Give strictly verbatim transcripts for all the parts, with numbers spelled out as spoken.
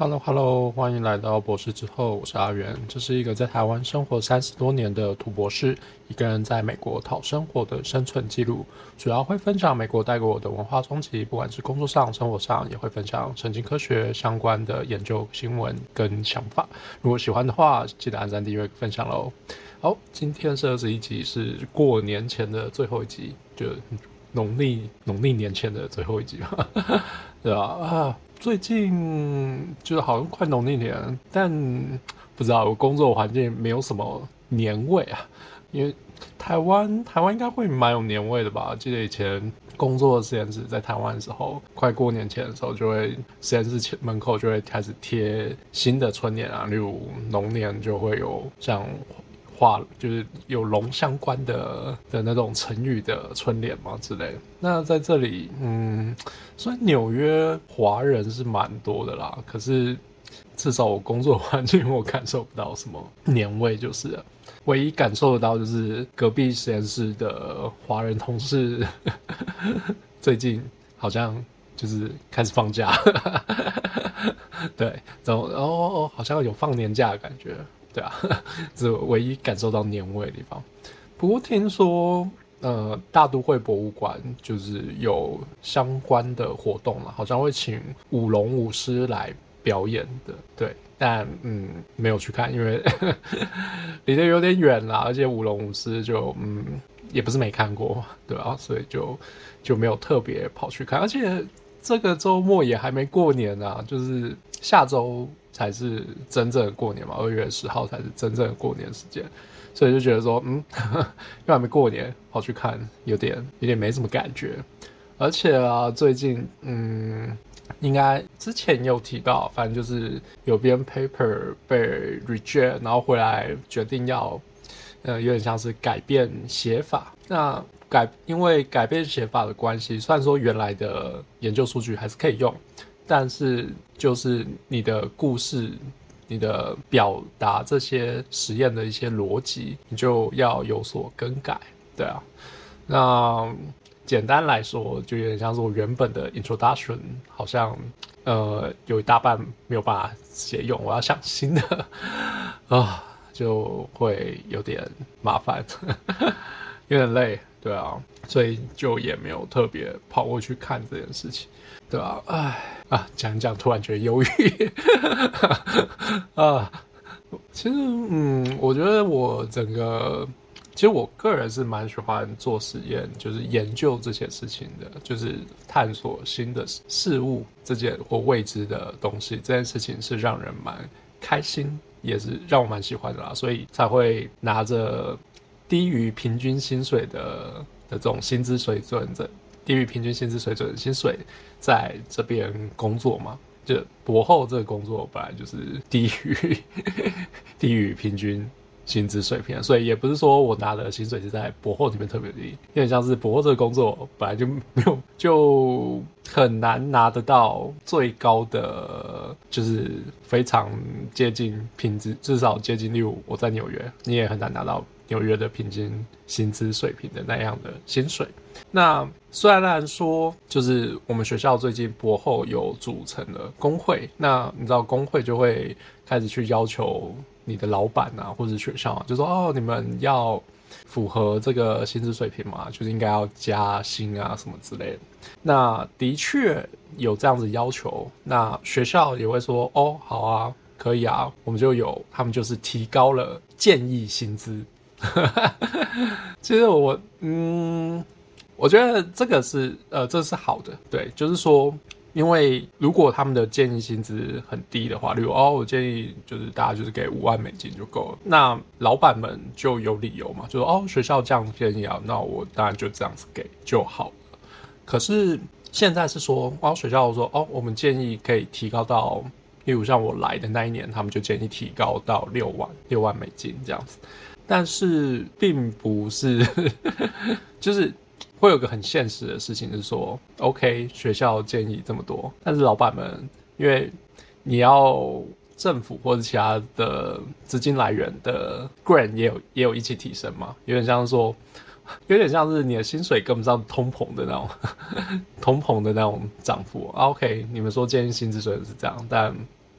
Hello Hello，欢迎来到博士之后，我是阿元。这是一个在台湾生活三十多年的土博士，一个人在美国讨生活的生存记录，主要会分享美国带给我的文化冲击，不管是工作上、生活上，也会分享神经科学相关的研究、新闻跟想法。如果喜欢的话，记得按赞、订阅、分享喽。好，今天是二十一集，是过年前的最后一集，就农历农历年前的最后一集嘛，对吧？啊。最近就是好像快农历年，但不知道我工作环境没有什么年味啊。因为台湾台湾应该会蛮有年味的吧？记得以前工作的实验室在台湾的时候，快过年前的时候，就会实验室前门口就会开始贴新的春联啊，例如龙年就会有像画，就是有龙相关的的那种成语的春联嘛之类的。那在这里，嗯，虽然纽约华人是蛮多的啦，可是至少我工作环境我感受不到什么年味，就是了唯一感受得到就是隔壁实验室的华人同事最近好像就是开始放假，对，然后然后好像有放年假的感觉。对啊，这是唯一感受到年味的地方。不过听说，呃，大都会博物馆就是有相关的活动了，好像会请舞龙舞狮来表演的。对，但嗯，没有去看，因为离得有点远啦，而且舞龙舞狮就嗯，也不是没看过，对啊，所以就就没有特别跑去看，而且这个周末也还没过年啊，就是下周才是真正的过年嘛，二月十号才是真正的过年时间，所以就觉得说，嗯，又还没过年，跑去看有点有点没什么感觉。而且啊，最近嗯，应该之前有提到，反正就是有篇 paper 被 reject， 然后回来决定要，呃，有点像是改变写法。那改因为改变写法的关系，虽然说原来的研究数据还是可以用。但是就是你的故事你的表达这些实验的一些逻辑你就要有所更改，对啊。那简单来说就有点像是我原本的 introduction 好像呃有一大半没有办法直接用，我要想新的啊，就会有点麻烦有点累，对啊，所以就也没有特别跑过去看这件事情，对啊，唉啊，讲一讲突然觉得忧郁啊。其实嗯，我觉得我整个其实我个人是蛮喜欢做实验，就是研究这些事情的，就是探索新的事物这件或未知的东西，这件事情是让人蛮开心，也是让我蛮喜欢的啦，所以才会拿着低于平均薪水的的这种薪资水准，低于平均薪资水准的薪水在这边工作嘛，就博后这个工作本来就是低于低于平均薪资水平，所以也不是说我拿的薪水是在博后这边特别低，有点像是博后这个工作本来就没有，就很难拿得到最高的，就是非常接近平均，至少接近，例如我在纽约，你也很难拿到纽约的平均薪资水平的那样的薪水。那虽然说就是我们学校最近博后有组成了工会，那你知道工会就会开始去要求你的老板啊或者学校啊，就说哦你们要符合这个薪资水平嘛，就是应该要加薪啊什么之类的。那的确有这样子要求，那学校也会说哦好啊可以啊，我们就有，他们就是提高了建议薪资其实我嗯我觉得这个是呃这是好的，对，就是说因为如果他们的建议薪资很低的话，例如哦我建议就是大家就是给五万美金就够了，那老板们就有理由嘛，就说哦学校这样建议啊，那我当然就这样子给就好了。可是现在是说哦学校说哦我们建议可以提高到，例如像我来的那一年他们就建议提高到六万六万美金这样子，但是并不是就是会有个很现实的事情是说 OK 学校建议这么多，但是老板们因为你要政府或者其他的资金来源的 grant 也有也有一起提升嘛，有点像是说有点像是你的薪水跟不上通膨的那种通膨的那种涨幅、啊、OK 你们说建议薪资水准是这样，但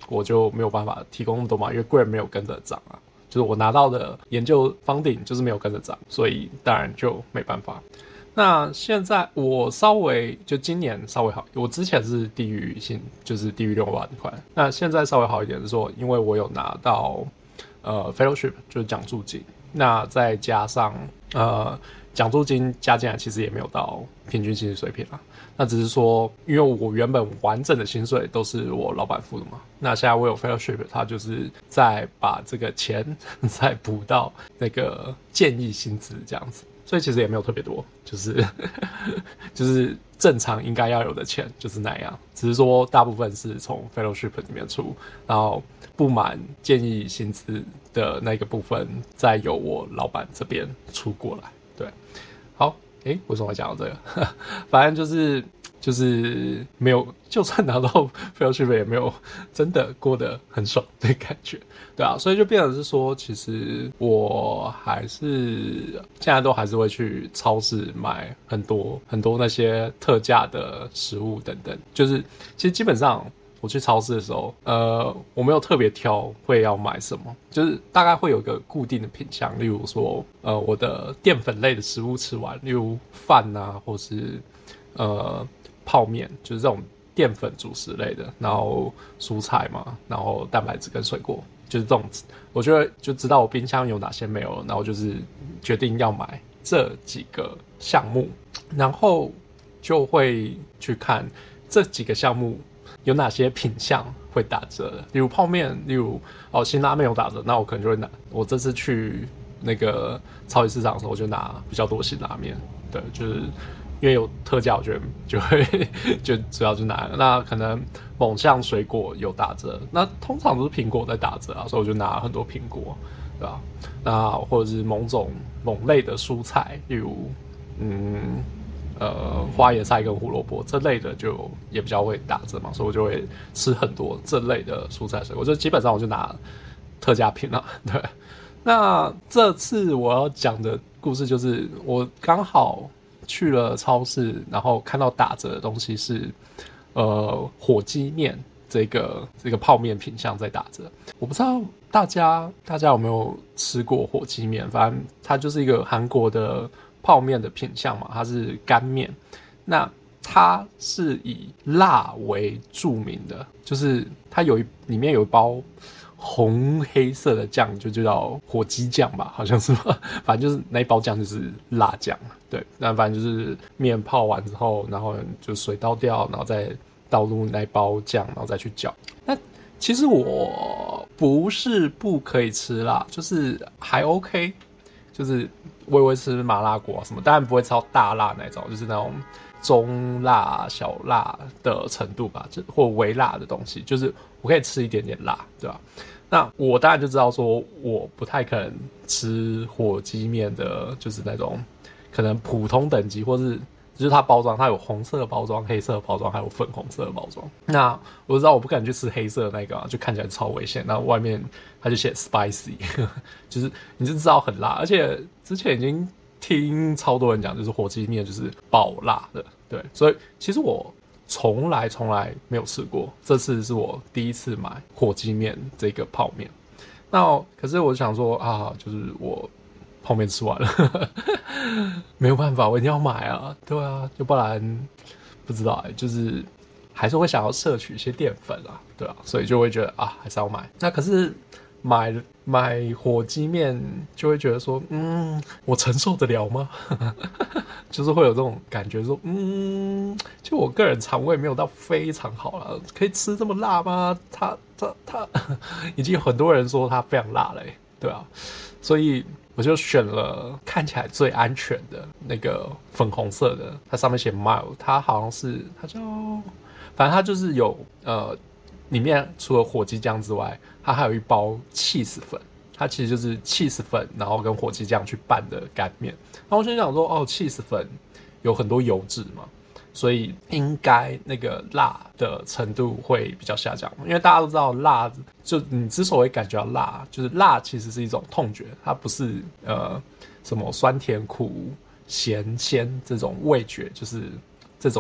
我就没有办法提供那么多嘛，因为贵人没有跟着涨啊，就是我拿到的研究funding就是没有跟着涨，所以当然就没办法。那现在我稍微就今年稍微好，我之前是低于新就是低于六万块，那现在稍微好一点是说，因为我有拿到呃 fellowship 就是奖助金，那再加上呃奖助金加进来，其实也没有到平均薪资水平啦。那只是说，因为我原本完整的薪水都是我老板付的嘛，那现在我有 fellowship， 他就是再把这个钱再补到那个建议薪资这样子。所以其实也没有特别多，就是就是正常应该要有的钱就是那样，只是说大部分是从 fellowship 里面出，然后不满建议薪资的那个部分再由我老板这边出过来。对，好，诶，为什么会讲到这个？反正就是就是没有，就算拿到 fellowship 也没有真的过得很爽的感觉。对啊，所以就变成是说，其实我还是现在都还是会去超市买很多很多那些特价的食物等等。就是其实基本上我去超市的时候，呃，我没有特别挑会要买什么，就是大概会有一个固定的品项，例如说，呃，我的淀粉类的食物吃完，例如饭啊，或是呃泡面，就是这种淀粉主食类的，然后蔬菜嘛，然后蛋白质跟水果。就是这种，我觉得就知道我冰箱有哪些没有了，然后就是决定要买这几个项目，然后就会去看这几个项目有哪些品项会打折的，例如泡面，例如哦辛拉面有打折，那我可能就会拿。我这次去那个超级市场的时候，我就拿比较多辛拉面，对，就是因为有特价，我觉得就会就主要就拿。那可能某项水果有打折，那通常都是苹果在打折啊，所以我就拿很多苹果，对吧？那或者是某种某类的蔬菜，例如嗯呃花椰菜跟胡萝卜这类的，就也比较会打折嘛，所以我就会吃很多这类的蔬菜水果。就基本上我就拿特价品了，对。那这次我要讲的故事就是我刚好去了超市，然后看到打折的东西是，呃，火鸡面这个这个泡面品项在打折。我不知道大家大家有没有吃过火鸡面，反正它就是一个韩国的泡面的品项嘛，它是干面。那它是以辣为著名的，就是它有一里面有一包红黑色的酱，就叫火鸡酱吧，好像是吧，反正就是那一包酱就是辣酱，对，那反正就是面泡完之后，然后就水倒掉，然后再倒入那一包酱，然后再去搅。那其实我不是不可以吃辣，就是还 OK， 就是我也会吃麻辣锅什么，当然不会吃到大辣那种，就是那种中辣、小辣的程度吧，或微辣的东西，就是我可以吃一点点辣，对吧？那我当然就知道说，我不太可能吃火鸡面的，就是那种可能普通等级，或是就是它包装，它有红色的包装、黑色的包装，还有粉红色的包装。那我知道我不敢去吃黑色的那个、啊，就看起来超危险。那外面它就写 spicy， 就是你就知道很辣，而且之前已经听超多人讲，就是火鸡面就是爆辣的，对，所以其实我从来从来没有吃过，这次是我第一次买火鸡面这个泡面。那可是我想说啊，就是我泡面吃完了，没有办法，我一定要买啊，对啊，就不然不知道哎、欸，就是还是会想要摄取一些淀粉啊，对啊，所以就会觉得啊，还是要买。那可是买买火鸡面就会觉得说，嗯，我承受得了吗？就是会有这种感觉说，嗯，就我个人肠胃没有到非常好啦，可以吃这么辣吗？它它它已经有很多人说它非常辣了、欸，对啊，所以我就选了看起来最安全的那个粉红色的，它上面写 mild， 它好像是它叫，反正它就是有呃，里面除了火鸡酱之外，它还有一包起司粉。它其实就是起司粉，然后跟火鸡酱去拌的干面。然后我就想说，哦，起司粉有很多油脂嘛，所以应该那个辣的程度会比较下降。因为大家都知道辣，就你之所以感觉到辣，就是辣其实是一种痛觉，它不是呃什么酸甜苦咸鲜这种味觉，就是这种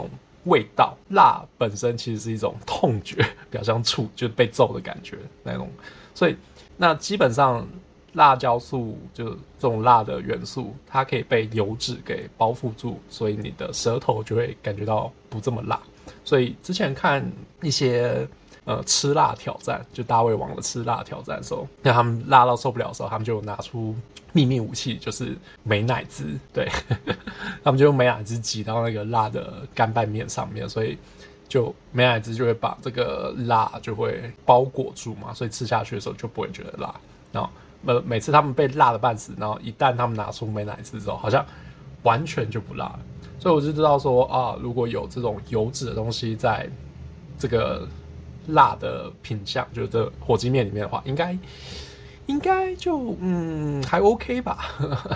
味道，辣本身其实是一种痛觉，比较像触，就是被揍的感觉那种。所以那基本上辣椒素就这种辣的元素，它可以被油脂给包覆住，所以你的舌头就会感觉到不这么辣。所以之前看一些呃吃辣挑战，就大胃王的吃辣挑战的时候，那他们辣到受不了的时候，他们就拿出秘密武器，就是美乃滋，对，他们就用美乃滋挤到那个辣的干拌面上面，所以就美乃滋就会把这个辣就会包裹住嘛，所以吃下去的时候就不会觉得辣。然后呃每次他们被辣的半死，然后一旦他们拿出美乃滋之后，好像完全就不辣了。所以我就知道说啊，如果有这种油脂的东西在这个辣的品项，就是这火鸡面里面的话，应该应该就嗯还 OK 吧。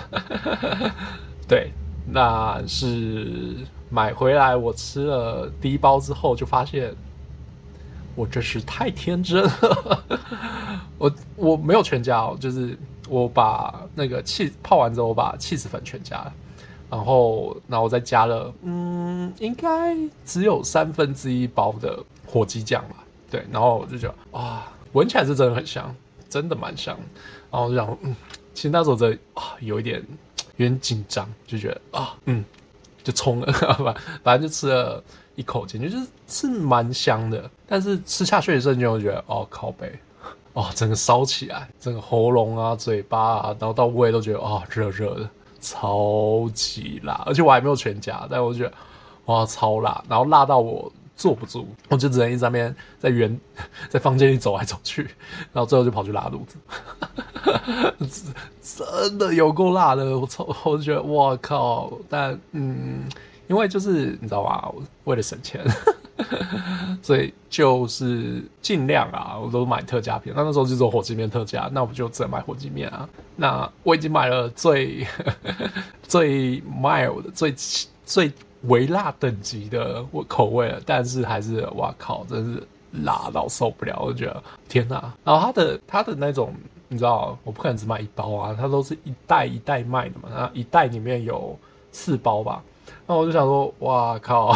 对，那是买回来我吃了第一包之后，就发现我真是太天真了。我我没有全加哦，就是我把那个气泡完之后，我把起司粉全加了。然后，然后我再加了，嗯，应该只有三分之一包的火鸡酱吧。对，然后我就觉得，哇，闻起来是真的很香，真的蛮香。然后我就想，嗯，其实那时候真的啊，有一点有点紧张，就觉得啊，嗯，就冲了，反正就吃了一口进去，就是是蛮香的。但是吃下去的瞬间，我觉得，哦，靠北，哦，整个烧起来，整个喉咙啊、嘴巴啊，然后到胃都觉得，啊，热热的。超级辣，而且我还没有全加，但我就觉得哇超辣，然后辣到我坐不住，我就只能一直在那边在原在房间里走来走去，然后最后就跑去拉肚子。真的有够辣的，我操！我就觉得哇靠，但嗯，因为就是你知道吗？为了省钱。所以就是尽量啊，我都买特价片。那那时候就做火鸡面特价，那我就只能买火鸡面啊。那我已经买了最最 mild 的、最最微辣等级的口味了，但是还是哇靠，真是辣到受不了！我就觉得天哪！然后它的它的那种，你知道，我不可能只买一包啊，它都是一袋一袋卖的嘛。那一袋里面有四包吧。那我就想说，哇靠！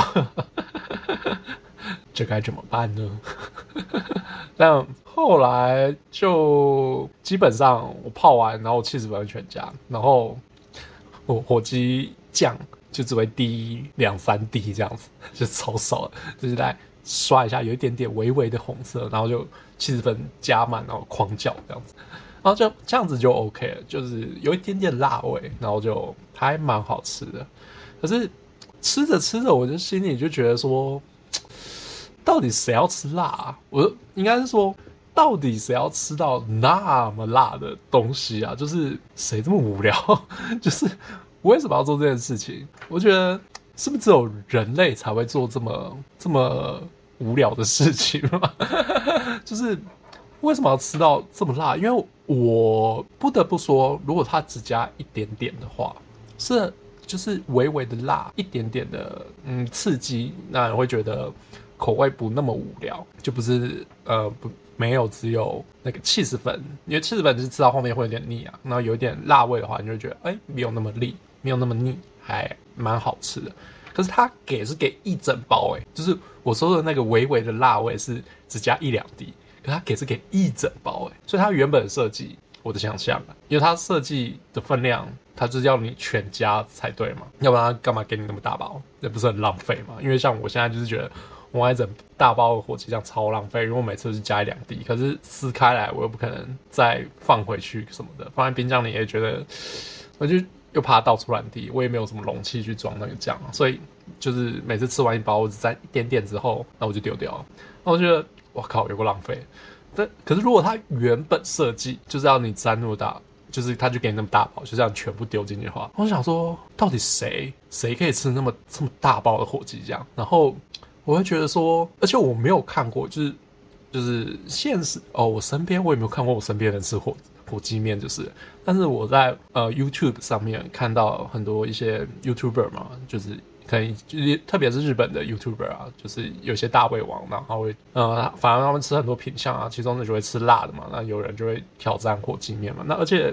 这该怎么办呢？但后来就基本上我泡完，然后我起司粉全加，然后我火鸡酱就只会滴两三滴这样子，就超少的，就是来刷一下，有一点点微微的红色，然后就起司粉加满，然后狂搅这样子，然后就这样子就 OK 了，就是有一点点辣味，然后就还蛮好吃的。可是吃着吃着，我就心里就觉得说，到底谁要吃辣啊？我应该是说，到底谁要吃到那么辣的东西啊？就是谁这么无聊？就是为什么要做这件事情？我觉得是不是只有人类才会做这么这么无聊的事情嘛？就是为什么要吃到这么辣？因为我不得不说，如果它只加一点点的话，是就是微微的辣，一点点的嗯刺激，那人会觉得口味不那么无聊，就不是呃不没有只有那个起司粉，因为起司粉就是吃到后面会有点腻啊，然后有一点辣味的话，你就会觉得哎没有那么腻，没有那么腻，还蛮好吃的。可是它给是给一整包哎，就是我说的那个微微的辣味是只加一两滴，可是它给是给一整包哎，所以它原本的设计。我的想象啊，因为它设计的分量，它就是要你全加才对嘛，要不然它干嘛给你那么大包？那不是很浪费嘛？因为像我现在就是觉得，我买整大包的火鸡酱超浪费，因为我每次都是加一两滴，可是撕开来我又不可能再放回去什么的，放在冰箱里也觉得，我就又怕它到处乱滴，我也没有什么容器去装那个酱啊，所以就是每次吃完一包，我只沾一点点之后，那我就丢掉了。那我觉得，哇靠，有够浪费。但可是如果它原本设计就是要你沾那么大，就是他就给你那么大包，就这样全部丢进去的话，我想说，到底谁谁可以吃那么这么大包的火鸡酱？然后我会觉得说，而且我没有看过，就是就是现实哦，我身边我也没有看过我身边人吃火火鸡面，就是，但是我在呃 YouTube 上面看到很多一些 YouTuber 嘛，就是。可能就是特别是日本的 YouTuber 啊，就是有些大胃王，然后会呃，反正他们吃很多品项啊，其中就会吃辣的嘛。那有人就会挑战火鸡面嘛。那而且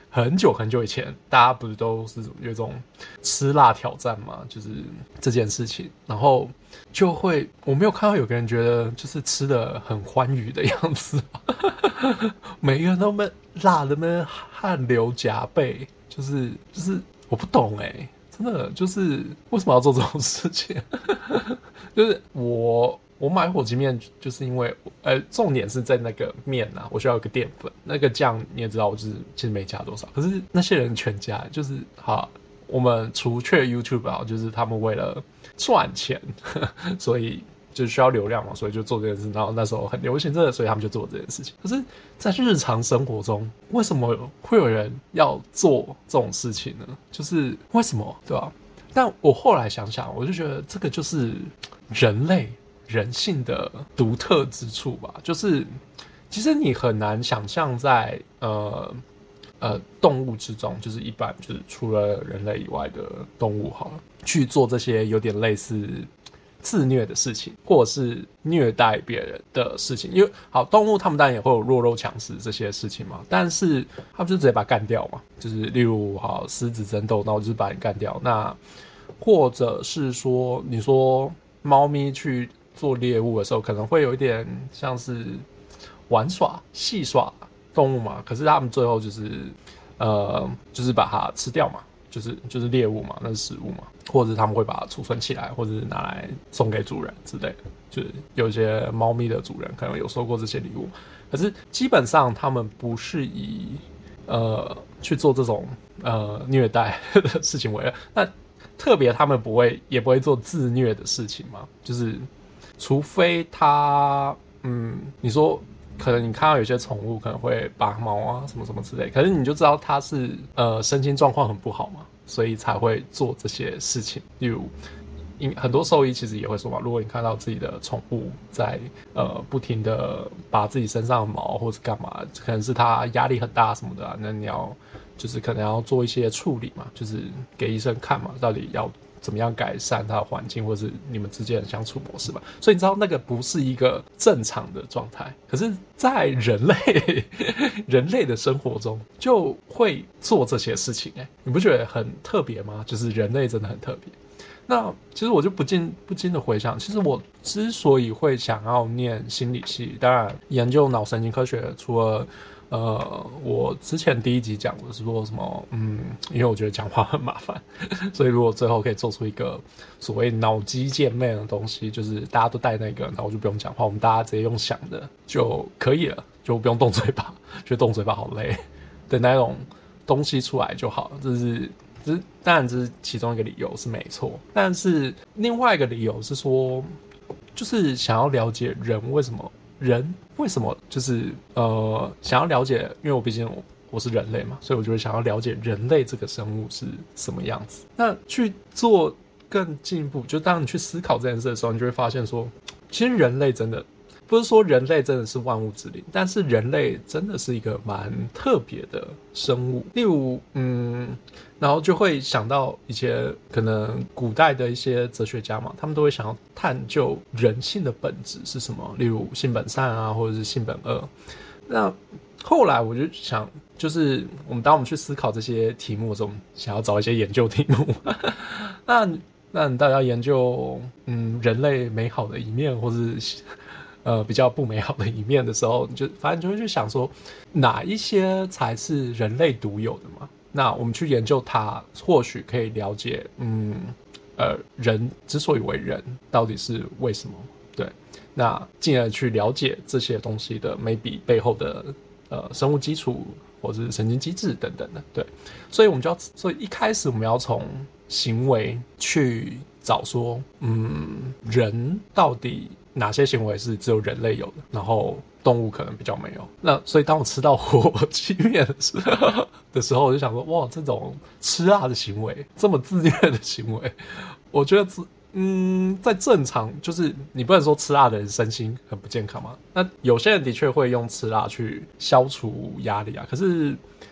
很久很久以前，大家不是都是有一种吃辣挑战嘛，就是这件事情，然后就会我没有看到有个人觉得就是吃的很欢愉的样子，每个人都们辣的们汗流浃背，就是就是我不懂哎、欸，真的就是为什么要做这种事情？就是我。我买火鸡面就是因为，呃，重点是在那个面啊，我需要有个淀粉，那个酱你也知道，我就是其实没加多少，可是那些人全加，就是好，我们除却 YouTube 啊，就是他们为了赚钱，呵呵所以就需要流量嘛，所以就做这件事，然后那时候很流行这个，所以他们就做这件事情。可是，在日常生活中，为什么会有人要做这种事情呢？就是为什么，对吧？但我后来想想，我就觉得这个就是人类。人性的独特之处吧，就是其实你很难想象在呃呃动物之中，就是一般就是除了人类以外的动物好了，去做这些有点类似自虐的事情，或者是虐待别人的事情。因为好动物他们当然也会有弱肉强食这些事情嘛，但是他们就直接把它干掉嘛，就是例如好狮子争斗，然后就是把你干掉。那或者是说你说猫咪去做猎物的时候，可能会有一点像是玩耍、戏耍动物嘛，可是他们最后就是，呃，就是把它吃掉嘛，就是就是猎物嘛，那是食物嘛，或者是他们会把它储存起来，或者是拿来送给主人之类的。就是有一些猫咪的主人可能有收过这些礼物，可是基本上他们不是以呃去做这种呃虐待的事情为乐。那特别他们不会也不会做自虐的事情嘛，就是除非他嗯你说可能你看到有些宠物可能会拔毛啊什么什么之类，可是你就知道他是呃身心状况很不好嘛，所以才会做这些事情。例如很多兽医其实也会说嘛，如果你看到自己的宠物在呃不停的拔自己身上的毛或者干嘛，可能是他压力很大什么的啊，那你要就是可能要做一些处理嘛，就是给医生看嘛，到底要怎么样改善它的环境，或是你们之间的相处模式吧。所以你知道那个不是一个正常的状态，可是在人类人类的生活中就会做这些事情、欸、你不觉得很特别吗？就是人类真的很特别。那其实我就不禁不禁的回想，其实我之所以会想要念心理系，当然研究脑神经科学，除了呃，我之前第一集讲的是说什么，嗯，因为我觉得讲话很麻烦，所以如果最后可以做出一个所谓脑机键面的东西，就是大家都带那个，然后我就不用讲话，我们大家直接用想的就可以了，就不用动嘴巴，觉得动嘴巴好累的那种东西出来就好了。这是，这是当然这是其中一个理由是没错，但是另外一个理由是说，就是想要了解人为什么。人为什么就是呃想要了解，因为我毕竟 我, 我是人类嘛，所以我就会想要了解人类这个生物是什么样子。那去做更进一步，就当你去思考这件事的时候，你就会发现说，其实人类真的不是说人类真的是万物之灵，但是人类真的是一个蛮特别的生物。例如嗯然后就会想到以前可能古代的一些哲学家嘛，他们都会想要探究人性的本质是什么，例如性本善啊，或者是性本恶。那后来我就想，就是我们当我们去思考这些题目的时候，想要找一些研究题目那那大家研究嗯人类美好的一面，或是呃比较不美好的一面的时候，就反正就会去想说，哪一些才是人类独有的嘛。那我们去研究它，或许可以了解，嗯，呃，人之所以为人，到底是为什么？对，那进而去了解这些东西的 maybe 背后的呃生物基础，或者是神经机制等等的。对，所以我们就要，所以一开始我们要从行为去找说，嗯，人到底哪些行为是只有人类有的，然后动物可能比较没有。那所以当我吃到火鸡面的时候的时候，我就想说，哇，这种吃辣的行为，这么自虐的行为，我觉得嗯，在正常就是你不能说吃辣的人身心很不健康嘛。那有些人的确会用吃辣去消除压力啊，可是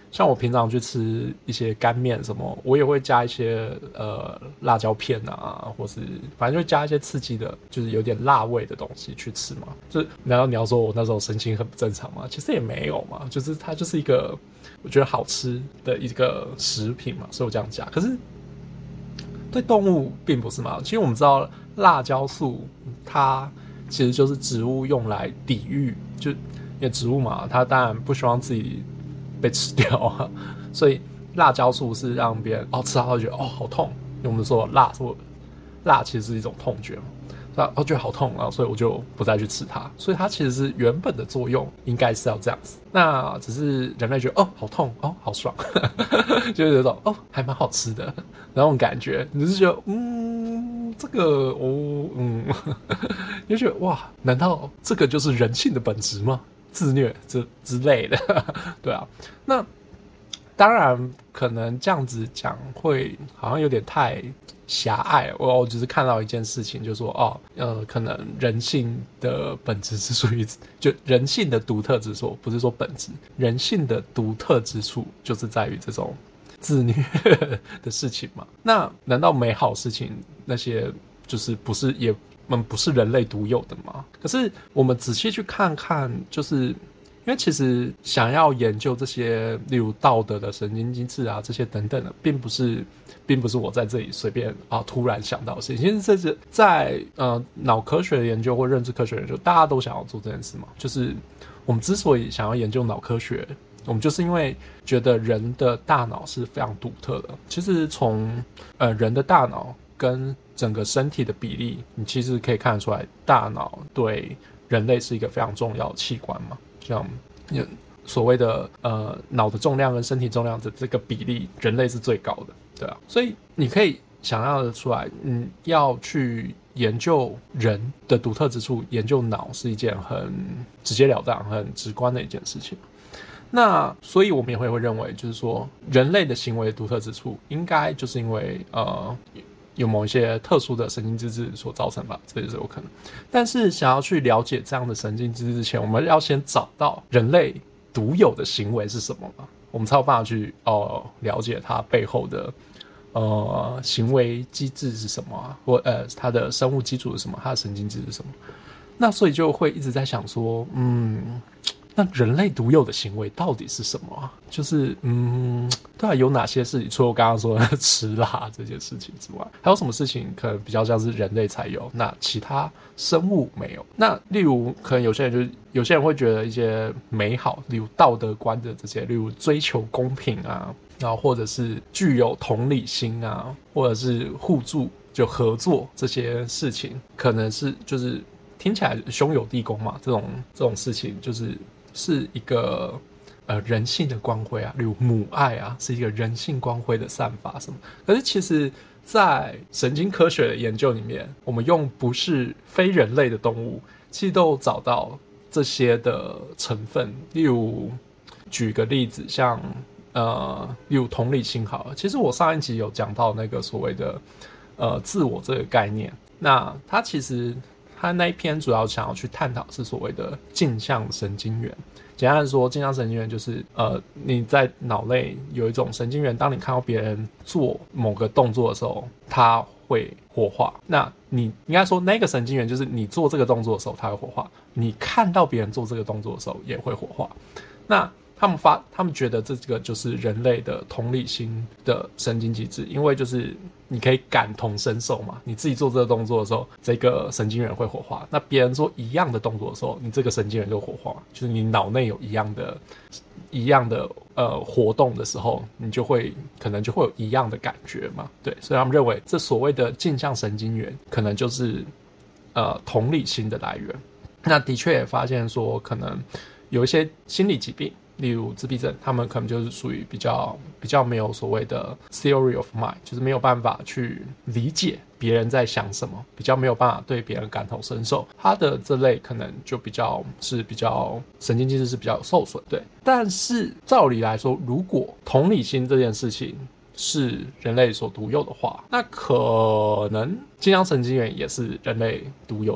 像我平常去吃一些干面什么，我也会加一些呃辣椒片啊，或是反正就加一些刺激的，就是有点辣味的东西去吃嘛。就是难道你要说我那时候神情很不正常吗？其实也没有嘛，就是它就是一个我觉得好吃的一个食品嘛，所以我这样加。可是对动物并不是嘛，其实我们知道辣椒素它其实就是植物用来抵御，就因为植物嘛，它当然不希望自己被吃掉啊，所以辣椒素是让别人哦吃到他觉得哦好痛，因为我们说辣说辣其实是一种痛觉嘛，他哦觉得好痛啊，所以我就不再去吃它，所以它其实是原本的作用应该是要这样子，那只是人类觉得哦好痛哦好爽，就是有种哦还蛮好吃的那种感觉，你就是觉得嗯这个哦嗯，你就觉得哇难道这个就是人性的本质吗？自虐之之类的，对啊，那当然可能这样子讲会好像有点太狭隘。我只是看到一件事情，就是说哦，呃，可能人性的本质是属于就人性的独特之处，不是说本质，人性的独特之处就是在于这种自虐的事情嘛。那难道美好事情那些就是不是也？我们不是人类独有的吗？可是我们仔细去看看，就是因为其实想要研究这些，例如道德的神经机制啊，这些等等的，并不是，并不是我在这里随便啊突然想到的事情。其实这是在呃脑科学的研究或认知科学的研究，大家都想要做这件事嘛。就是我们之所以想要研究脑科学，我们就是因为觉得人的大脑是非常独特的。其实从呃人的大脑跟整个身体的比例，你其实可以看得出来，大脑对人类是一个非常重要的器官嘛。像所谓的呃脑的重量跟身体重量的这个比例，人类是最高的，对啊。所以你可以想象得出来，嗯，要去研究人的独特之处，研究脑是一件很直截了当、很直观的一件事情。那所以我们也会会认为，就是说人类的行为独特之处，应该就是因为呃。有某一些特殊的神经机制所造成吧，这也是有可能。但是想要去了解这样的神经机制之前，我们要先找到人类独有的行为是什么嘛，我们才有办法去哦、呃、了解它背后的呃行为机制是什么啊，或呃它的生物基础是什么，它的神经机制是什么。那所以就会一直在想说，嗯。那人类独有的行为到底是什么啊？就是嗯，对啊，有哪些事情？除了我刚刚说的吃辣这件事情之外，还有什么事情可能比较像是人类才有，那其他生物没有？那例如，可能有些人就是有些人会觉得一些美好，例如道德观的这些，例如追求公平啊，然后或者是具有同理心啊，或者是互助就合作这些事情，可能是就是听起来兄友弟恭嘛，这种这种事情就是。是一个呃人性的光辉啊，例如母爱啊，是一个人性光辉的散发什么。可是其实，在神经科学的研究里面，我们用不是非人类的动物，其实都有找到这些的成分。例如，举个例子，像呃，例如同理心好了。其实我上一集有讲到那个所谓的呃自我这个概念，那它其实。他那一篇主要想要去探讨是所谓的镜像神经元。简单的说，镜像神经元就是呃你在脑内有一种神经元，当你看到别人做某个动作的时候，它会活化。那你应该说那个神经元就是你做这个动作的时候它会活化，你看到别人做这个动作的时候也会活化。那他们发，他们觉得这个就是人类的同理心的神经机制，因为就是你可以感同身受嘛，你自己做这个动作的时候，这个神经元会活化；那别人做一样的动作的时候，你这个神经元就活化，就是你脑内有一样的、一样的呃活动的时候，你就会可能就会有一样的感觉嘛。对，所以他们认为这所谓的镜像神经元，可能就是呃同理心的来源。那的确也发现说，可能有一些心理疾病。例如自闭症，他们可能就是属于比较比较没有所谓的 theory of mind， 就是没有办法去理解别人在想什么，比较没有办法对别人感同身受，他的这类可能就比较是比较神经机制是比较受损。对，但是照理来说，如果同理心这件事情是人类所独有的话，那可能镜像神经元也是人类独有的嘛？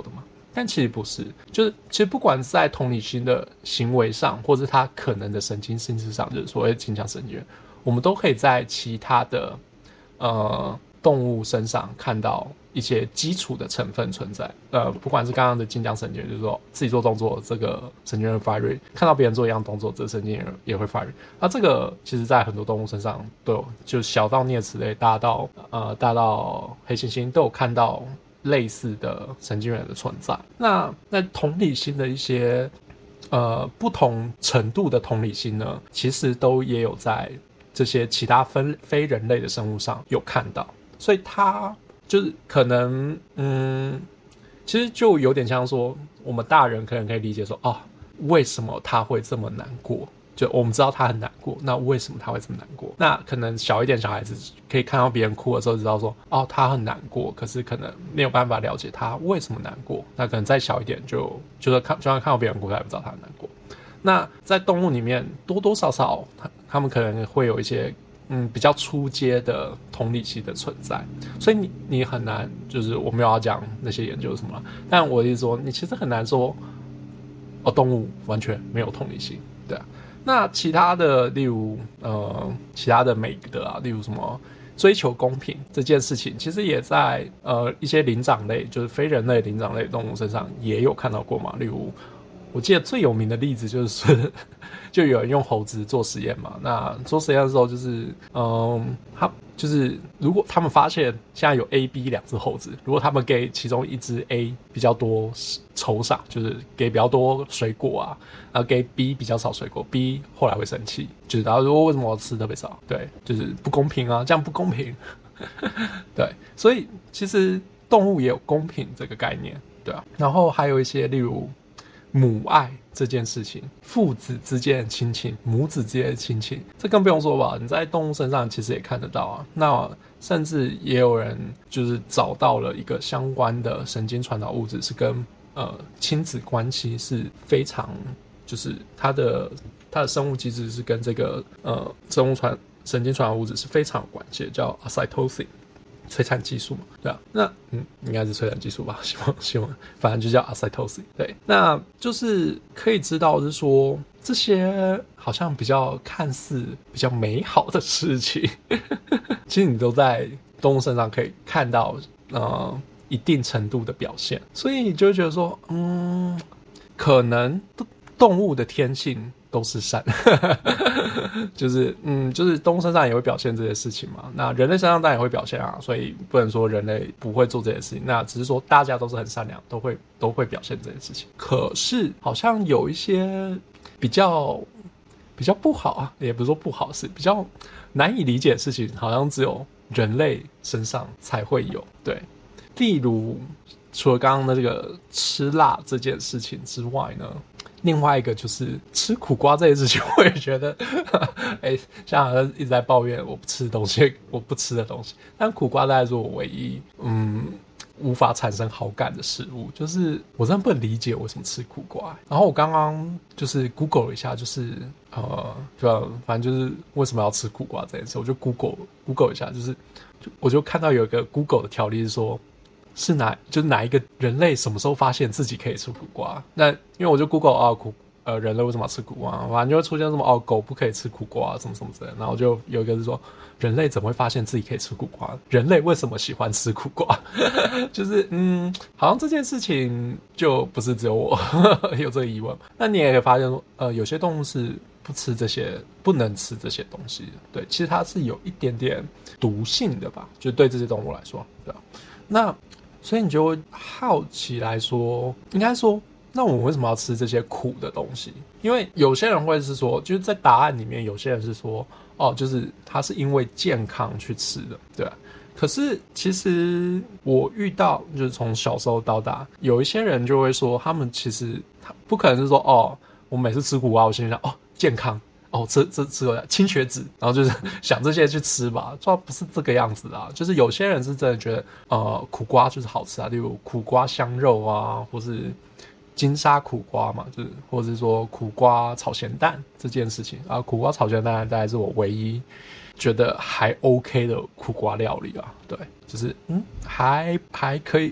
但其实不是，就是其实不管是在同理心的行为上，或是他可能的神经性质上，就是所谓镜像神经元，我们都可以在其他的呃动物身上看到一些基础的成分存在。呃，不管是刚刚的镜像神经元，就是说自己做动作，这个神经元发育；看到别人做一样动作，这个神经元也会发育。那这个其实在很多动物身上都有，就小到啮齿类，大到呃大到黑猩猩都有看到类似的神经元的存在。那那同理心的一些呃不同程度的同理心呢，其实都也有在这些其他非非人类的生物上有看到，所以它就是可能嗯，其实就有点像说我们大人可能可以理解说啊、哦，为什么他会这么难过？就我们知道他很难过，那为什么他会这么难过？那可能小一点小孩子可以看到别人哭的时候知道说哦，他很难过，可是可能没有办法了解他为什么难过。那可能再小一点就就是看就算看到别人哭他也不知道他很难过。那在动物里面多多少少他们可能会有一些嗯比较初阶的同理心的存在，所以你你很难，就是我没有要讲那些研究什么，但我的意思说你其实很难说哦动物完全没有同理心，对啊。那其他的例如呃其他的美德啊，例如什么追求公平这件事情，其实也在呃一些灵长类，就是非人类灵长类动物身上也有看到过嘛。例如我记得最有名的例子就是就有人用猴子做实验嘛，那做实验的时候就是嗯他就是如果他们发现现在有 A、B 两只猴子，如果他们给其中一只 A 比较多酬赏，就是给比较多水果啊，然后给 B 比较少水果， B 后来会生气，就是然后如果为什么我吃特别少，对，就是不公平啊，这样不公平对，所以其实动物也有公平这个概念，对啊。然后还有一些例如母爱这件事情，父子之间的亲情，母子之间的亲情，这更不用说吧，你在动物身上其实也看得到啊。那甚至也有人就是找到了一个相关的神经传导物质，是跟呃亲子关系是非常，就是它的它的生物机制是跟这个呃生物传神经传导物质是非常有关系的，叫 oxytocin。催产激素嘛，对啊，那嗯，应该是催产激素吧，希望希望，反正就叫 oxytocin。对，那就是可以知道是说这些好像比较看似比较美好的事情，其实你都在动物身上可以看到呃一定程度的表现，所以你就会觉得说，嗯，可能动物的天性都是善就是嗯，就是动物身上也会表现这些事情嘛，那人类身上当然也会表现啊，所以不能说人类不会做这些事情，那只是说大家都是很善良，都会都会表现这些事情。可是好像有一些比较比较不好啊，也不是说不好，是比较难以理解的事情，好像只有人类身上才会有。对，例如除了刚刚的这个吃辣这件事情之外呢，另外一个就是吃苦瓜这件事情，我也觉得，哎，像好像一直在抱怨我不吃的东西，我不吃的东西，但苦瓜大概是我唯一嗯无法产生好感的食物，就是我真的不能理解为什么吃苦瓜。然后我刚刚就是 Google 了一下，就是呃，就反正就是为什么要吃苦瓜这件事，我就 Google Google 一下，就是就我就看到有一个 Google 的条例是说，是哪就是哪一个人类什么时候发现自己可以吃苦瓜？那因为我就 Google 啊苦呃人类为什么要吃苦瓜？反正就会出现什么哦狗不可以吃苦瓜什么什么之类的。然后就有一个是说人类怎么会发现自己可以吃苦瓜？人类为什么喜欢吃苦瓜？就是嗯，好像这件事情就不是只有我有这个疑问。那你也可以发现说，呃，有些动物是不吃这些，不能吃这些东西的。对，其实它是有一点点毒性的吧，就对这些动物来说，对吧？那所以你就会好奇来说，应该说，那我们为什么要吃这些苦的东西？因为有些人会是说，就是在答案里面，有些人是说，哦，就是他是因为健康去吃的，对吧？可是其实我遇到，就是从小时候到大，有一些人就会说，他们其实他不可能是说，哦，我每次吃苦瓜，我心里想，哦，健康。哦，这这吃了清血脂，然后就是想这些去吃吧，主要不是这个样子啊。就是有些人是真的觉得，呃，苦瓜就是好吃啊，例如苦瓜香肉啊，或是金沙苦瓜嘛，就是或者是说苦瓜炒咸蛋这件事情啊。苦瓜炒咸蛋大概是我唯一觉得还 OK 的苦瓜料理啊。对，就是嗯，还还可以。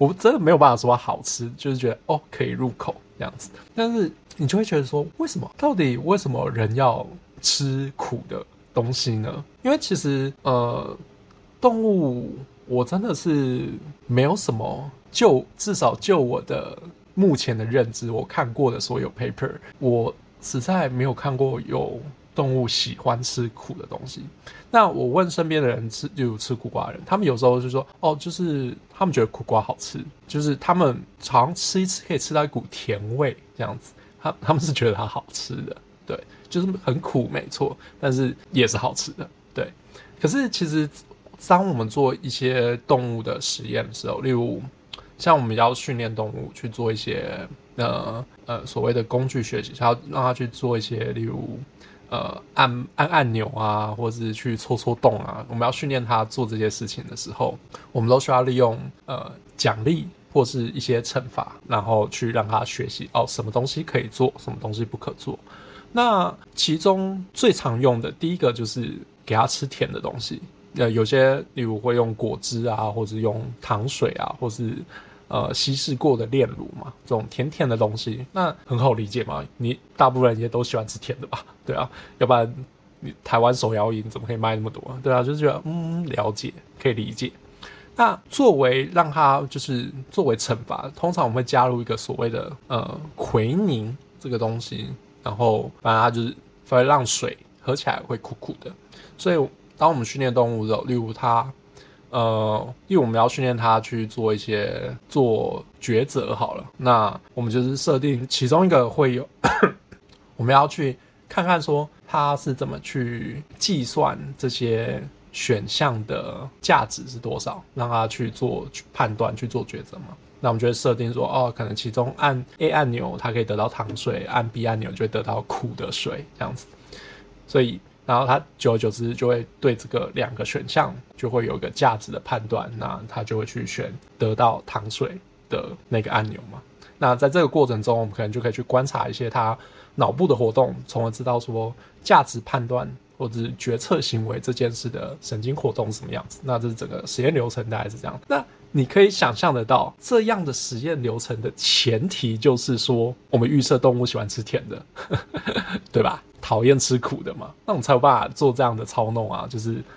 我真的没有办法说它好吃，就是觉得哦可以入口这样子。但是你就会觉得说，为什么？到底为什么人要吃苦的东西呢？因为其实呃，动物我真的是没有什么，就至少就我的目前的认知，我看过的所有 paper， 我实在没有看过有动物喜欢吃苦的东西。那我问身边的人吃，例如吃苦瓜的人，他们有时候就说，哦，就是他们觉得苦瓜好吃，就是他们好像吃一吃可以吃到一股甜味这样子，他他们是觉得它好吃的，对，就是很苦没错，但是也是好吃的，对。可是其实当我们做一些动物的实验的时候，例如像我们要训练动物去做一些呃呃所谓的工具学习，要让它去做一些例如呃按按按钮啊，或是去戳戳洞啊，我们要训练它做这些事情的时候，我们都需要利用呃奖励或是一些惩罚，然后去让它学习哦什么东西可以做，什么东西不可做。那其中最常用的第一个就是给它吃甜的东西，呃，有些例如会用果汁啊，或是用糖水啊，或是呃稀释过的炼乳嘛，这种甜甜的东西，那很好理解嘛，你大部分人也都喜欢吃甜的吧，对啊，要不然你台湾手摇饮怎么可以卖那么多？对啊，就是觉得嗯了解，可以理解。那作为让它就是作为惩罚，通常我们会加入一个所谓的呃奎宁这个东西，然后反正它就是会让水喝起来会苦苦的，所以当我们训练动物的时候，例如它呃，例如我们要训练它去做一些做抉择好了，那我们就是设定其中一个会有我们要去看看说它是怎么去计算这些选项的价值是多少，让它去做去判断去做抉择嘛。那我们就会设定说，哦，可能其中按 A 按钮它可以得到糖水，按 B 按钮就会得到苦的水这样子。所以然后它久而久之就会对这个两个选项就会有一个价值的判断，那它就会去选得到糖水的那个按钮嘛。那在这个过程中，我们可能就可以去观察一些它脑部的活动，从而知道说价值判断或者是决策行为这件事的神经活动是什么样子。那这是整个实验流程大概是这样。那你可以想象得到，这样的实验流程的前提就是说，我们预设动物喜欢吃甜的，对吧？讨厌吃苦的嘛，那我们才有办法做这样的操弄啊。就是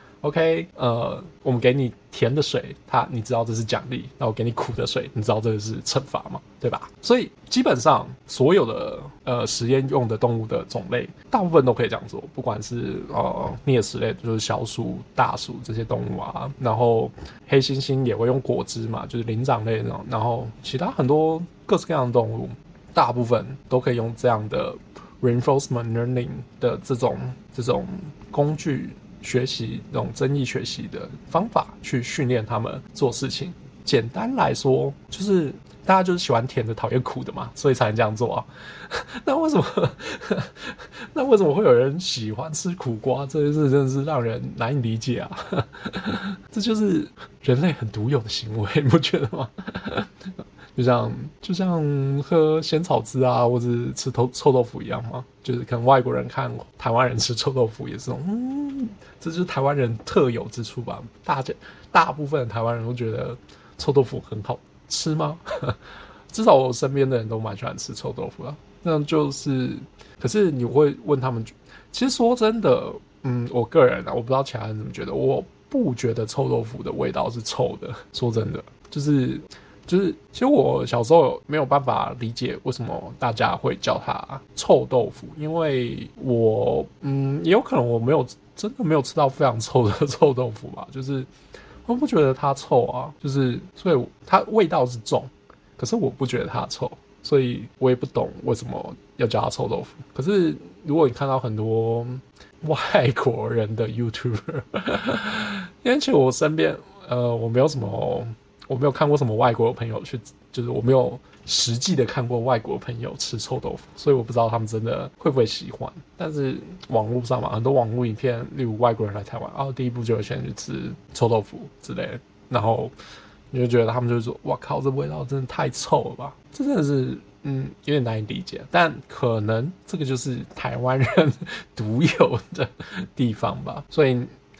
OK， 呃，我们给你甜的水，它你知道这是奖励，那我给你苦的水，你知道这个是惩罚嘛，对吧？所以基本上所有的呃实验用的动物的种类，大部分都可以这样做，不管是呃啮齿类，就是小鼠、大鼠这些动物啊，然后黑猩猩也会用果汁嘛，就是灵长类那种，然后其他很多各式各样的动物，大部分都可以用这样的reinforcement learning 的这种这种工具学习，这种增益学习的方法去训练他们做事情。简单来说，就是大家就是喜欢甜的，讨厌苦的嘛，所以才能这样做啊。那为什么那为什么会有人喜欢吃苦瓜？这件事真的是让人难以理解啊。这就是人类很独有的行为，你不觉得吗？就像就像喝仙草汁啊，或者吃臭豆腐一样嘛，就是可能外国人看台湾人吃臭豆腐也是那种，嗯，这就是台湾人特有之处吧。大家大部分的台湾人都觉得臭豆腐很好吃吗？至少我身边的人都蛮喜欢吃臭豆腐啊。那就是，可是你会问他们，其实说真的，嗯，我个人啊，我不知道其他人怎么觉得，我不觉得臭豆腐的味道是臭的。说真的，就是。就是，其实我小时候没有办法理解为什么大家会叫它臭豆腐，因为我，嗯，也有可能我没有真的没有吃到非常臭的臭豆腐吧，就是我不觉得它臭啊，就是所以它味道是重，可是我不觉得它臭，所以我也不懂为什么要叫它臭豆腐。可是如果你看到很多外国人的 YouTuber， 因为其实我身边，呃，我没有什么。我没有看过什么外国朋友去，就是我没有实际的看过外国朋友吃臭豆腐，所以我不知道他们真的会不会喜欢。但是网络上嘛，很多网络影片，例如外国人来台湾，然后第一步就有先去吃臭豆腐之类的，然后你就觉得他们就说：“哇靠，这味道真的太臭了吧！”这真的是嗯有点难以理解，但可能这个就是台湾人独有的地方吧。所以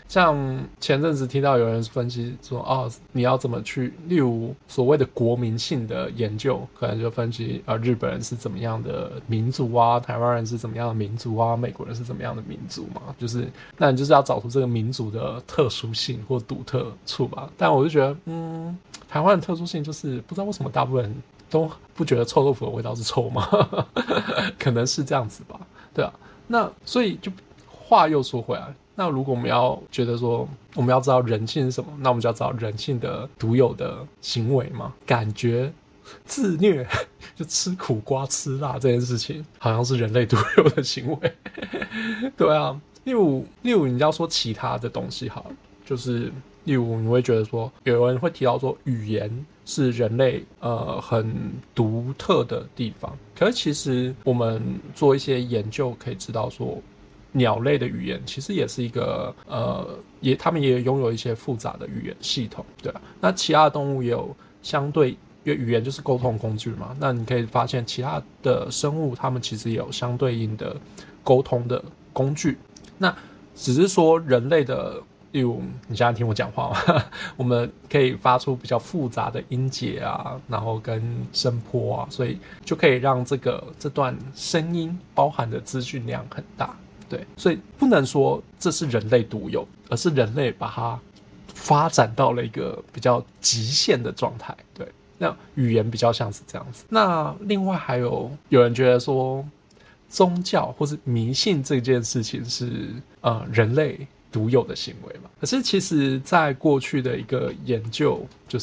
像前阵子听到有人分析说，哦，你要怎么去，例如所谓的国民性的研究，可能就分析呃日本人是怎么样的民族啊，台湾人是怎么样的民族啊，美国人是怎么样的民族嘛，就是那你就是要找出这个民族的特殊性或独特处吧。但我就觉得，嗯，台湾的特殊性就是不知道为什么大部分人都不觉得臭豆腐的味道是臭吗？可能是这样子吧，对啊。那所以就话又说回来，那如果我们要觉得说我们要知道人性是什么，那我们就要知道人性的独有的行为嘛。感觉自虐就吃苦瓜吃辣这件事情好像是人类独有的行为。对啊，例如例如你要说其他的东西好了，就是例如你会觉得说有人会提到说语言是人类呃很独特的地方，可是其实我们做一些研究可以知道说鸟类的语言其实也是一个呃也他们也拥有一些复杂的语言系统，对啊。那其他的动物也有相对，因为语言就是沟通工具嘛，那你可以发现其他的生物它们其实也有相对应的沟通的工具。那只是说人类的，例如你现在听我讲话嘛，我们可以发出比较复杂的音节啊，然后跟声波啊，所以就可以让这个这段声音包含的资讯量很大。对，所以不能说这是人类独有，而是人类把它发展到了一个比较极限的状态。对，那语言比较像是这样子。那另外还有有人觉得说，宗教或是迷信这件事情是呃人类独有的行为嘛？可是其实在过去的一个研究，就是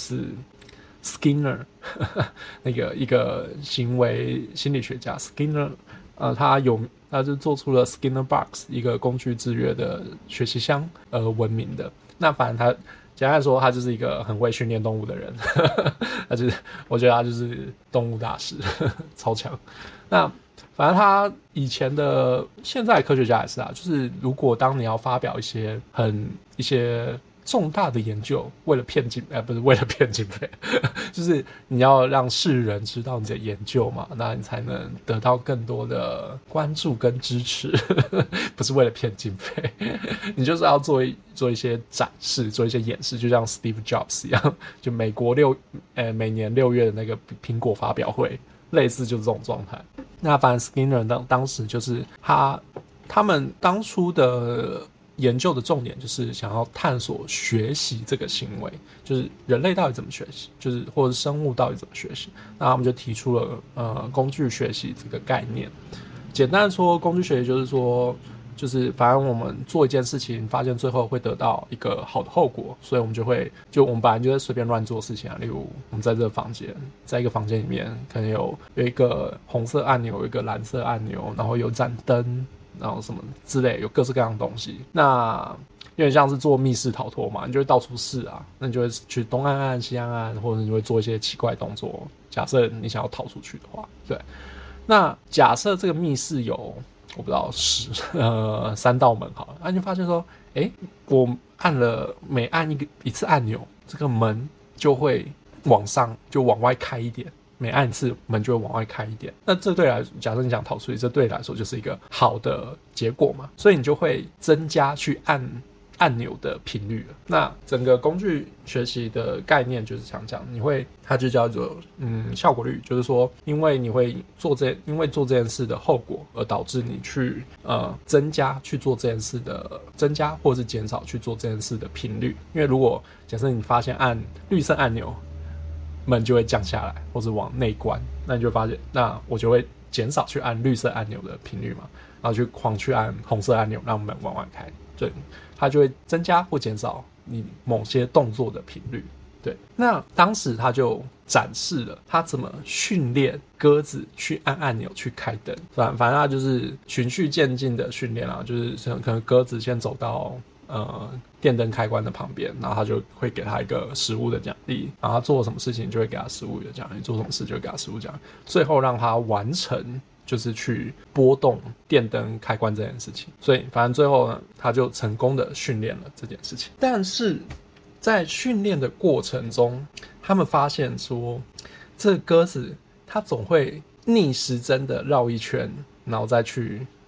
Skinner 那个一个行为心理学家 Skinner， 呃，他有他就做出了 Skinner Box 一个工具制约的学习箱而闻名的。那反正他简单来说，他就是一个很会训练动物的人，他就是我觉得他就是动物大师，超强。那反正他以前的现在的科学家也是啊，就是如果当你要发表一些很一些重大的研究，为了骗经呃不是为了骗经费，就是你要让世人知道你的研究嘛，那你才能得到更多的关注跟支持，不是为了骗经费，你就是要做一做一些展示，做一些演示，就像 Steve Jobs 一样，就美国六呃每年六月的那个苹果发表会，类似就是这种状态。那反正 Skinner 当当时就是他他们当初的研究的重点就是想要探索学习这个行为，就是人类到底怎么学习，就是或者生物到底怎么学习。那他们就提出了呃工具学习这个概念。简单的说，工具学习就是说，就是反正我们做一件事情，发现最后会得到一个好的后果，所以我们就会就我们本来就会随便乱做事情啊。例如我们在这个房间，在一个房间里面，可能有有一个红色按钮，有一个蓝色按钮，然后有盏灯，然后什么之类，有各式各样的东西。那有点像是做密室逃脱嘛，你就会到处试啊，那你就会去东按按西按按，或者你会做一些奇怪的动作。假设你想要逃出去的话，对。那假设这个密室有我不知道十呃三道门好了，那你就发现说，哎，我按了每按一个一次按钮，这个门就会往上就往外开一点。每按一次门就会往外开一点，那这对来说，假设你想逃出去，这对你来说就是一个好的结果嘛，所以你就会增加去按按钮的频率了。那整个工具学习的概念就是想讲，你会它就叫做嗯效果率，就是说，因为你会做这因为做这件事的后果，而导致你去呃增加去做这件事的增加或是减少去做这件事的频率。因为如果假设你发现按绿色按钮，门就会降下来，或者往内关，那你就会发现，那我就会减少去按绿色按钮的频率嘛，然后去狂去按红色按钮，让门往外开，对，它就会增加或减少你某些动作的频率。对，那当时他就展示了他怎么训练鸽子去按按钮去开灯，反反正他就是循序渐进的训练啦，就是可能鸽子先走到呃，电灯开关的旁边，然后他就会给他一个食物的奖励，然后他做什么事情就会给他食物的奖励，做什么事就会给他食物奖励，最后让他完成就是去拨动电灯开关这件事情。所以反正最后呢，他就成功的训练了这件事情。但是在训练的过程中，他们发现说，这个鸽子它总会逆时针的绕一圈，然后再去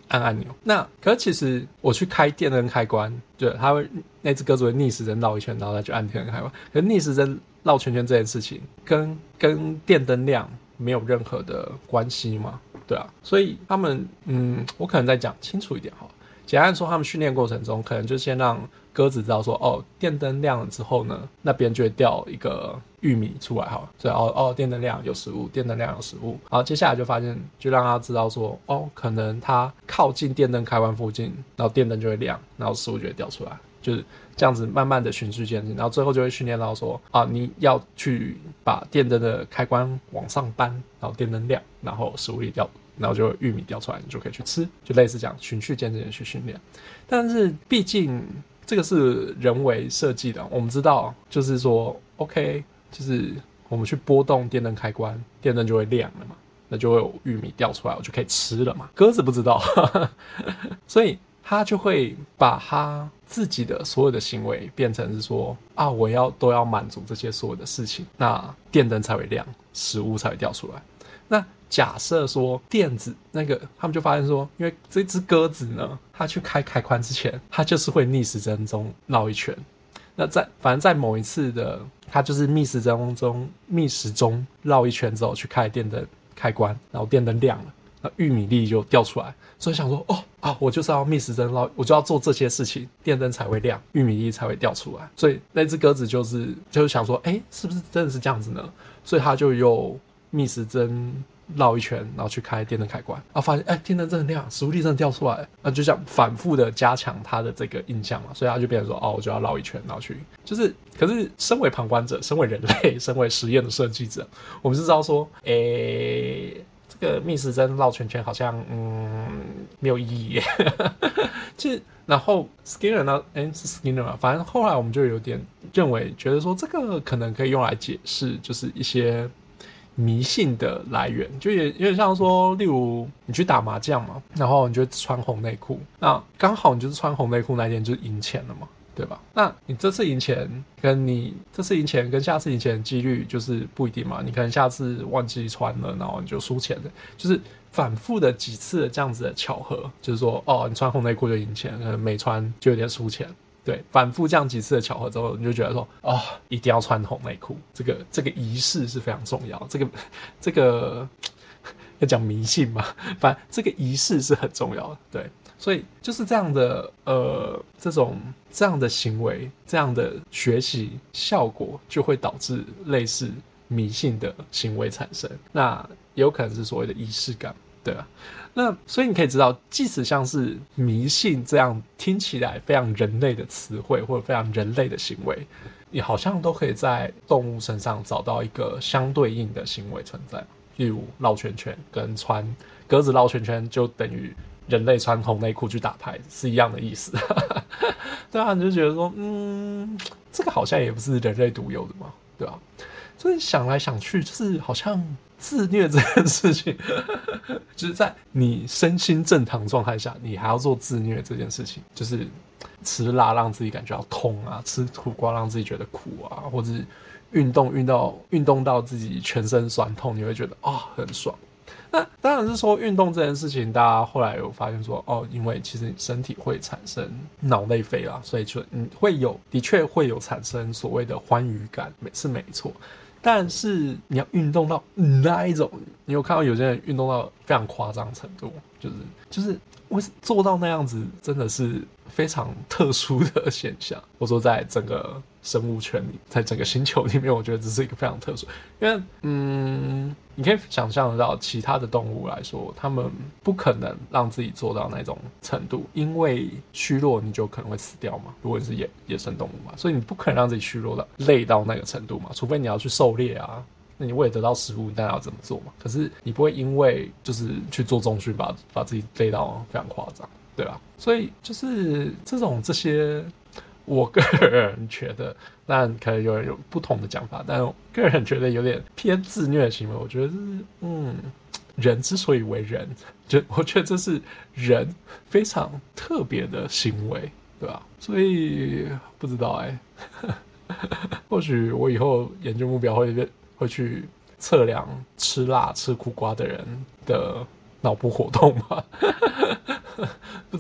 按按钮。那可是其实我去开电灯开关，就它会那只鸽子会逆时针绕一圈，然后再去按电灯开关。可是逆时针绕圈圈这件事情跟跟电灯亮没有任何的关系嘛，对啊，所以他们嗯，我可能再讲清楚一点好了。简单说，他们训练过程中，可能就先让鸽子知道说，哦，电灯亮了之后呢，那边就会掉一个玉米出来，好了，所以哦哦，电灯亮有食物，电灯亮有食物，然后接下来就发现，就让他知道说，哦，可能他靠近电灯开关附近，然后电灯就会亮，然后食物就会掉出来，就是这样子慢慢的循序渐进，然后最后就会训练到说，啊，你要去把电灯的开关往上搬，然后电灯亮，然后食物里掉。然后就玉米掉出来，你就可以去吃，就类似这样循序渐进的去训练。但是毕竟这个是人为设计的，我们知道就是说 OK， 就是我们去拨动电灯开关，电灯就会亮了嘛，那就会有玉米掉出来，我就可以吃了嘛。鸽子不知道所以他就会把他自己的所有的行为变成是说啊，我要都要满足这些所有的事情，那电灯才会亮，食物才会掉出来。那假设说电子那个，他们就发现说，因为这只鸽子呢，它去开开关之前，它就是会逆时针中绕一圈。那在反正在某一次的，它就是逆时针中逆时钟绕一圈之后去开电灯开关，然后电灯亮了，那玉米粒就掉出来。所以想说，哦啊，我就是要逆时针绕，我就要做这些事情，电灯才会亮，玉米粒才会掉出来。所以那只鸽子就是就是想说，哎，是不是真的是这样子呢？所以它就又逆时针绕一圈，然后去开电灯开关，然后发现哎，电灯真的亮，食物粒真的掉出来，那就这样反复的加强他的这个印象嘛，所以他就变成说，哦，我就要绕一圈，然后去，就是，可是身为旁观者，身为人类，身为实验的设计者，我们是知道说，哎，这个逆时针绕圈圈好像嗯没有意义耶，其实。然后 Skinner 呢？哎，是 Skinner 嘛？反正后来我们就有点认为，觉得说这个可能可以用来解释，就是一些迷信的来源，就也有点像说，例如你去打麻将嘛，然后你就穿红内裤，那刚好你就是穿红内裤那天就是赢钱了嘛，对吧？那你这次赢钱跟你这次赢钱跟下次赢钱的几率就是不一定嘛，你可能下次忘记穿了，然后你就输钱了，就是反复的几次的这样子的巧合，就是说哦，你穿红内裤就赢钱，可能没穿就有点输钱。对，反复这样几次的巧合之后，你就觉得说，哦，一定要穿红内裤，这个这个仪式是非常重要。这个这个要讲迷信嘛，反正这个仪式是很重要的。对，所以就是这样的呃，这种这样的行为，这样的学习效果，就会导致类似迷信的行为产生。那也有可能是所谓的仪式感，对吧？那所以你可以知道，即使像是迷信这样听起来非常人类的词汇或者非常人类的行为，你好像都可以在动物身上找到一个相对应的行为存在。例如绕圈圈跟穿鸽子绕圈圈就等于人类穿红内裤去打牌是一样的意思。对啊，你就觉得说，嗯，这个好像也不是人类独有的嘛，对吧？所以想来想去，就是好像自虐这件事情，就是在你身心正常状态下，你还要做自虐这件事情，就是吃辣让自己感觉到痛啊，吃苦瓜让自己觉得苦啊，或者是运动运到运动到自己全身酸痛，你会觉得啊、哦、很爽。那当然是说运动这件事情，大家后来有发现说，哦，因为其实你身体会产生脑内啡啦，所以就你会有的确会有产生所谓的欢愉感，是没错。但是你要运动到那一种，你有看到有些人运动到非常夸张程度，就是就是会做到那样子，真的是非常特殊的现象。我说在整个生物圈里，在整个星球里面，我觉得这是一个非常特殊，因为嗯，你可以想象得到，其他的动物来说，他们不可能让自己做到那种程度，因为虚弱你就可能会死掉嘛。如果你是野野生动物嘛，所以你不可能让自己虚弱到累到那个程度嘛，除非你要去狩猎啊。那你为了得到食物，你当然要这么做嘛。可是你不会因为就是去做重训把把自己累到非常夸张，对吧？所以就是这种这些，我个人觉得，但可能有人有不同的讲法，但我个人觉得有点偏自虐的行为。我觉得是，嗯，人之所以为人，就我觉得这是人非常特别的行为，对吧？所以不知道哎、欸，或许我以后研究目标会变。会去测量吃辣吃苦瓜的人的脑部活动吗？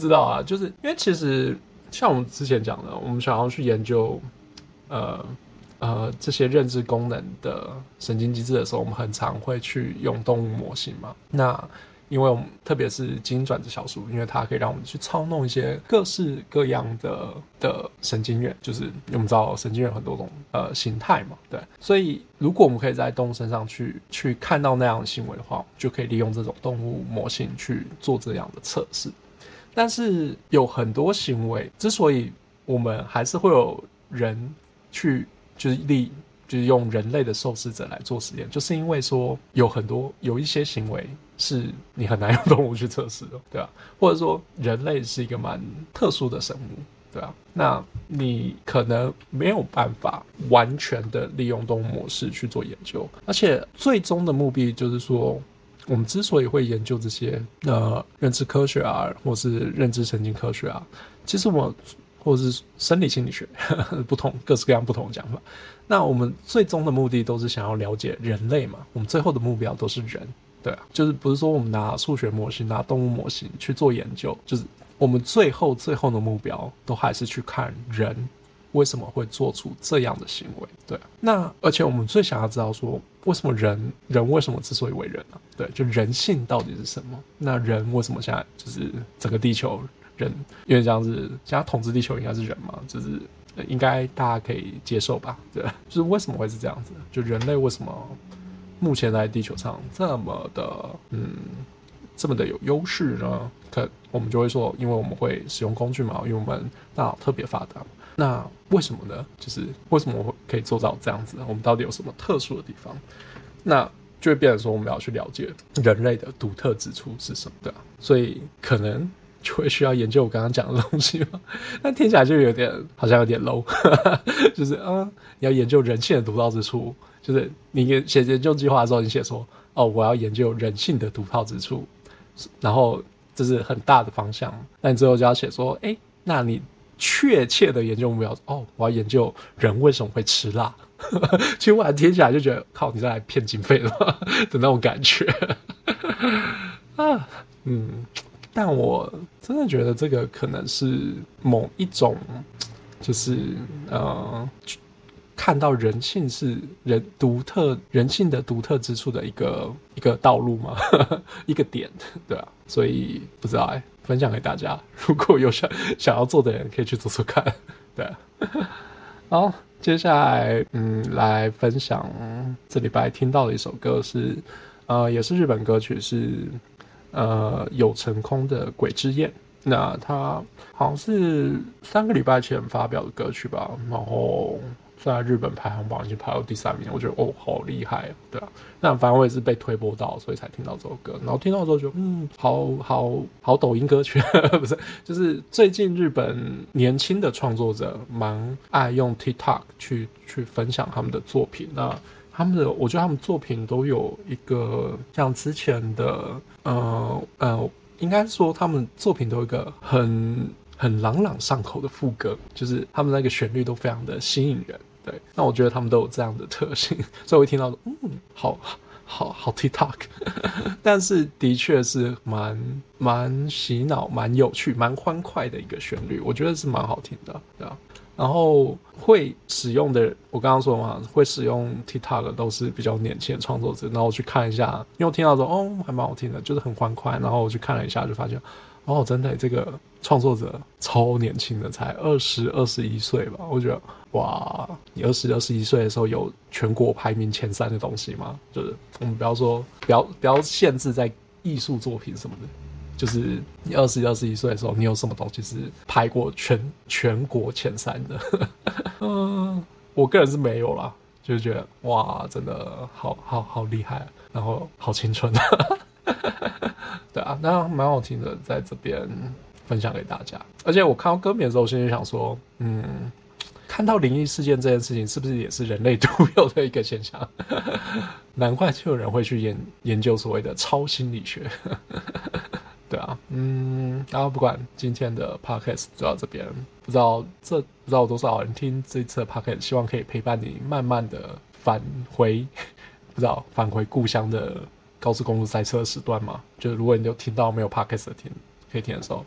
知道啊，就是因为其实像我们之前讲的，我们想要去研究呃呃这些认知功能的神经机制的时候，我们很常会去用动物模型嘛。那因为我们特别是基因转子小数，因为它可以让我们去操弄一些各式各样的的神经元，就是我们知道神经元有很多种呃形态嘛，对。所以如果我们可以在动物身上去去看到那样的行为的话，就可以利用这种动物模型去做这样的测试。但是有很多行为，之所以我们还是会有人去就是利就是用人类的受试者来做实验，就是因为说有很多有一些行为是你很难用动物去测试的，对吧？或者说人类是一个蛮特殊的生物，对吧？那你可能没有办法完全的利用动物模式去做研究，而且最终的目的就是说，我们之所以会研究这些呃认知科学啊，或是认知神经科学啊，其实我或者是生理心理学呵呵不同各式各样不同的讲法，那我们最终的目的都是想要了解人类嘛，我们最后的目标都是人，对啊，就是不是说我们拿数学模型拿动物模型去做研究，就是我们最后最后的目标都还是去看人为什么会做出这样的行为，对啊，那而且我们最想要知道说为什么人人为什么之所以为人呢、啊？对，就人性到底是什么？那人为什么现在就是整个地球人，因为这样子现在统治地球应该是人嘛，就是应该大家可以接受吧？对，就是为什么会是这样子？就人类为什么目前在地球上这么的嗯这么的有优势呢？可我们就会说，因为我们会使用工具嘛，因为我们大脑特别发达嘛。那为什么呢？就是为什么我可以做到这样子？我们到底有什么特殊的地方？那就会变成说，我们要去了解人类的独特之处是什么，对啊？所以可能就会需要研究我刚刚讲的东西嘛。但听起来就有点好像有点 low， 就是啊、嗯，你要研究人性的独到之处，就是你写研究计划的时候，你写说哦，我要研究人性的独到之处，然后这是很大的方向。那你最后就要写说，哎，那你确切的研究目标，哦，我要研究人为什么会吃辣。其实我听起来就觉得，靠，你在来骗经费了吗的那种感觉啊，嗯，但我真的觉得这个可能是某一种，就是呃，看到人性是人独特人性的独特之处的一个一个道路嘛，一个点，对啊，所以不知道哎、欸，分享给大家，如果有想想要做的人，可以去做做看，对啊，好。接下来，嗯，来分享这礼拜听到的一首歌是，呃，也是日本歌曲，是呃有成空的《鬼之焰》。那它好像是三个礼拜前发表的歌曲吧，然后在日本排行榜已经排到第三名，我觉得哦，好厉害，对啊。那反正我也是被推播到，所以才听到这首歌。然后听到之后就，嗯，好好好，抖音歌曲不是，就是最近日本年轻的创作者蛮爱用 TikTok 去去分享他们的作品。那他们的，我觉得他们作品都有一个像之前的，呃呃，应该说他们作品都有一个很很朗朗上口的副歌，就是他们那个旋律都非常的吸引人。对，那我觉得他们都有这样的特性，所以我一听到说，嗯，好好好 TikTok， 但是的确是蛮蛮洗脑、蛮有趣、蛮欢快的一个旋律，我觉得是蛮好听的，对啊。然后会使用的，我刚刚说嘛，会使用 TikTok 的都是比较年轻的创作者。然后我去看一下，因为我听到说，哦，还蛮好听的，就是很欢快。然后我去看了一下，就发现，哦，真的这个创作者超年轻的，才二十二十一岁吧？我觉得，哇，你二十二十一岁的时候有全国排名前三的东西吗？就是我们不要说，不要不要限制在艺术作品什么的。就是你二十二十一岁的时候，你有什么东西是排过全全国前三的？嗯，我个人是没有啦，就是觉得哇，真的好好好厉害，然后好青春，对啊，那蛮好听的，在这边分享给大家。而且我看到歌名的时候，我心里想说，嗯，看到灵异事件这件事情，是不是也是人类独有的一个现象？难怪就有人会去研研究所谓的超心理学。对啊，嗯，然后不管今天的 podcast 就到这边，不知道这不知道有多少人听这一次的 podcast， 希望可以陪伴你慢慢的返回，不知道返回故乡的高速公路塞车时段嘛？就是如果你有听到没有 podcast 的听可以听的时候，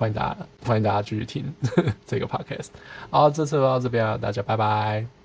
欢迎大家欢迎大家继续听这个 podcast。好，这次就到这边了，大家拜拜。